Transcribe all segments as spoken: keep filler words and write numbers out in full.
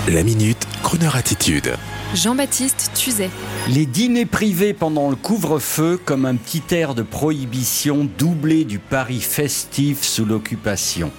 La Minute, Kroneur Attitude. Jean-Baptiste Tuzet. Les dîners privés pendant le couvre-feu comme un petit air de prohibition doublé du pari festif sous l'occupation.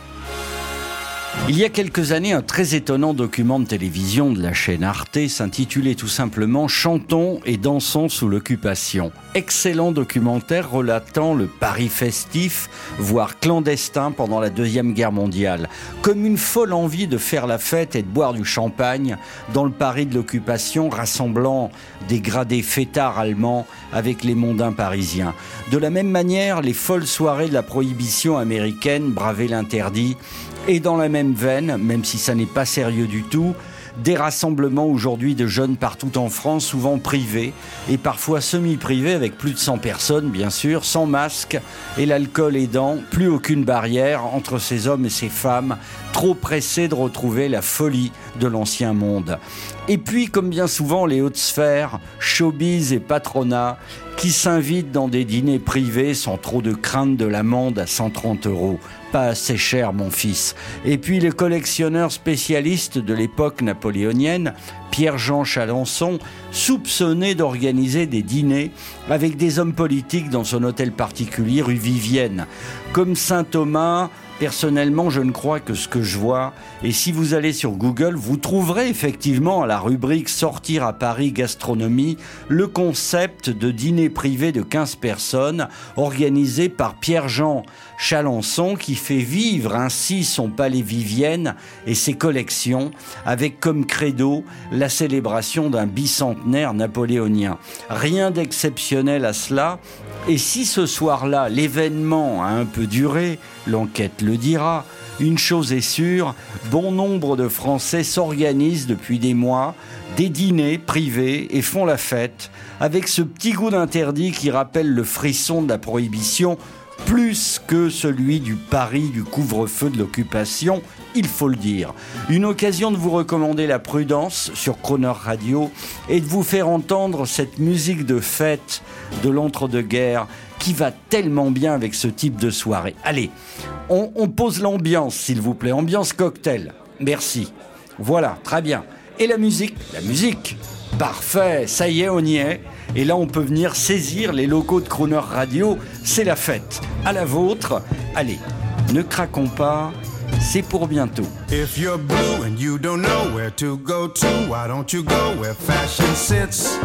Il y a quelques années, un très étonnant document de télévision de la chaîne Arte s'intitulait tout simplement « Chantons et dansons sous l'occupation ». Excellent documentaire relatant le pari festif, voire clandestin pendant la Deuxième Guerre mondiale. Comme une folle envie de faire la fête et de boire du champagne dans le Paris de l'occupation, rassemblant des gradés fêtards allemands avec les mondains parisiens. De la même manière, les folles soirées de la prohibition américaine bravaient l'interdit. Et dans la même veine, même si ça n'est pas sérieux du tout, des rassemblements aujourd'hui de jeunes partout en France, souvent privés et parfois semi-privés avec plus de cent personnes, bien sûr, sans masque et l'alcool aidant, plus aucune barrière entre ces hommes et ces femmes, trop pressés de retrouver la folie de l'ancien monde. Et puis, comme bien souvent, les hautes sphères, showbiz et patronat, qui s'invitent dans des dîners privés sans trop de crainte de l'amende à cent trente euros. Pas assez cher, mon fils. Et puis les collectionneurs spécialistes de l'époque napoléonienne, Pierre-Jean Chalençon, soupçonné d'organiser des dîners avec des hommes politiques dans son hôtel particulier rue Vivienne. Comme Saint Thomas, personnellement, je ne crois que ce que je vois. Et si vous allez sur Google, vous trouverez effectivement à la rubrique « Sortir à Paris gastronomie » le concept de dîner privé de quinze personnes organisé par Pierre-Jean Chalençon qui fait vivre ainsi son palais Vivienne et ses collections avec comme credo la célébration d'un bicentenaire napoléonien. Rien d'exceptionnel à cela. Et si ce soir-là, l'événement a un peu duré, l'enquête le dira, une chose est sûre, bon nombre de Français s'organisent depuis des mois, des dîners privés et font la fête, avec ce petit goût d'interdit qui rappelle le frisson de la prohibition, plus que celui du pari du couvre-feu de l'occupation, il faut le dire. Une occasion de vous recommander la prudence sur Kroneur Radio et de vous faire entendre cette musique de fête de l'entre-deux-guerres qui va tellement bien avec ce type de soirée. Allez, on, on pose l'ambiance, s'il vous plaît. Ambiance cocktail. Merci. Voilà, très bien. Et la musique ? La musique. Parfait, ça y est, on y est. Et là, on peut venir saisir les locaux de Kroneur Radio. C'est la fête. À la vôtre. Allez, ne craquons pas. C'est pour bientôt. If you're blue and you don't know where to go to, why don't you go where fashion sits?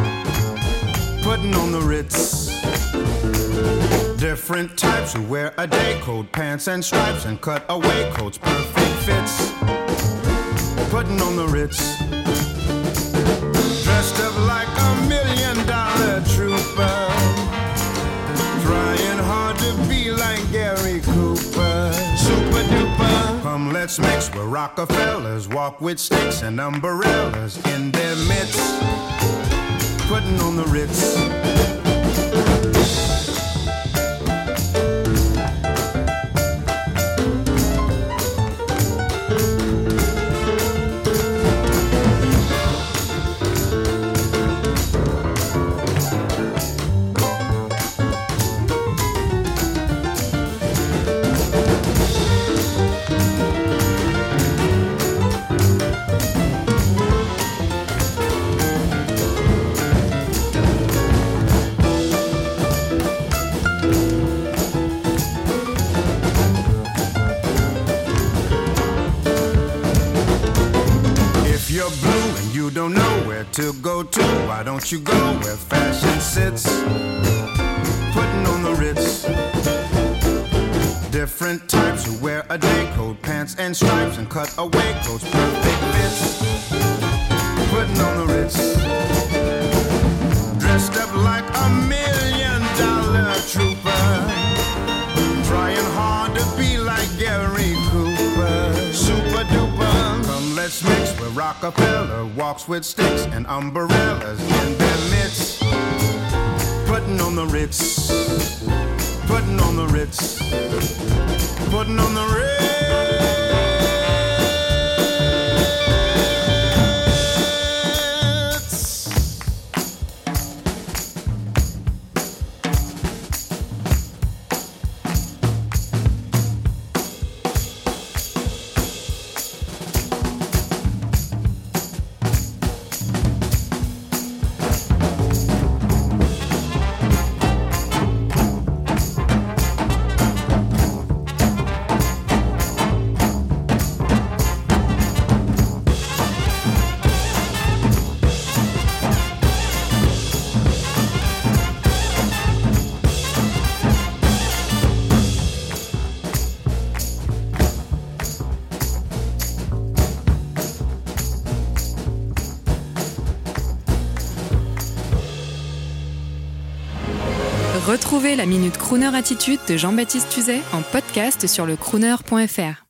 Putting on the Ritz. Different types who wear a day coat, pants and stripes, and cutaway coats, perfect fits. Putting on the Ritz. Dressed up like a million dollar trooper, trying hard to be like Gary Cooper. Super duper. Come, let's mix where Rockefellers walk with sticks and umbrellas in their midst. Putting on the Ritz. You're blue and you don't know where to go to, why don't you go where fashion sits? Putting on the Ritz. Different types who wear a day coat, pants and stripes, and cutaway coats, perfect fits. Putting on the Ritz. Dressed up like a million dollar trooper, trying hard to be like Gary Cooper. Super duper. Come, let's mix where Rockefeller walks with sticks and umbrellas in their midst. Putting on the Ritz. Putting on the Ritz. Putting on the Ritz. Retrouvez la Minute Crooner Attitude de Jean-Baptiste Tuzet en podcast sur le crooner point f r.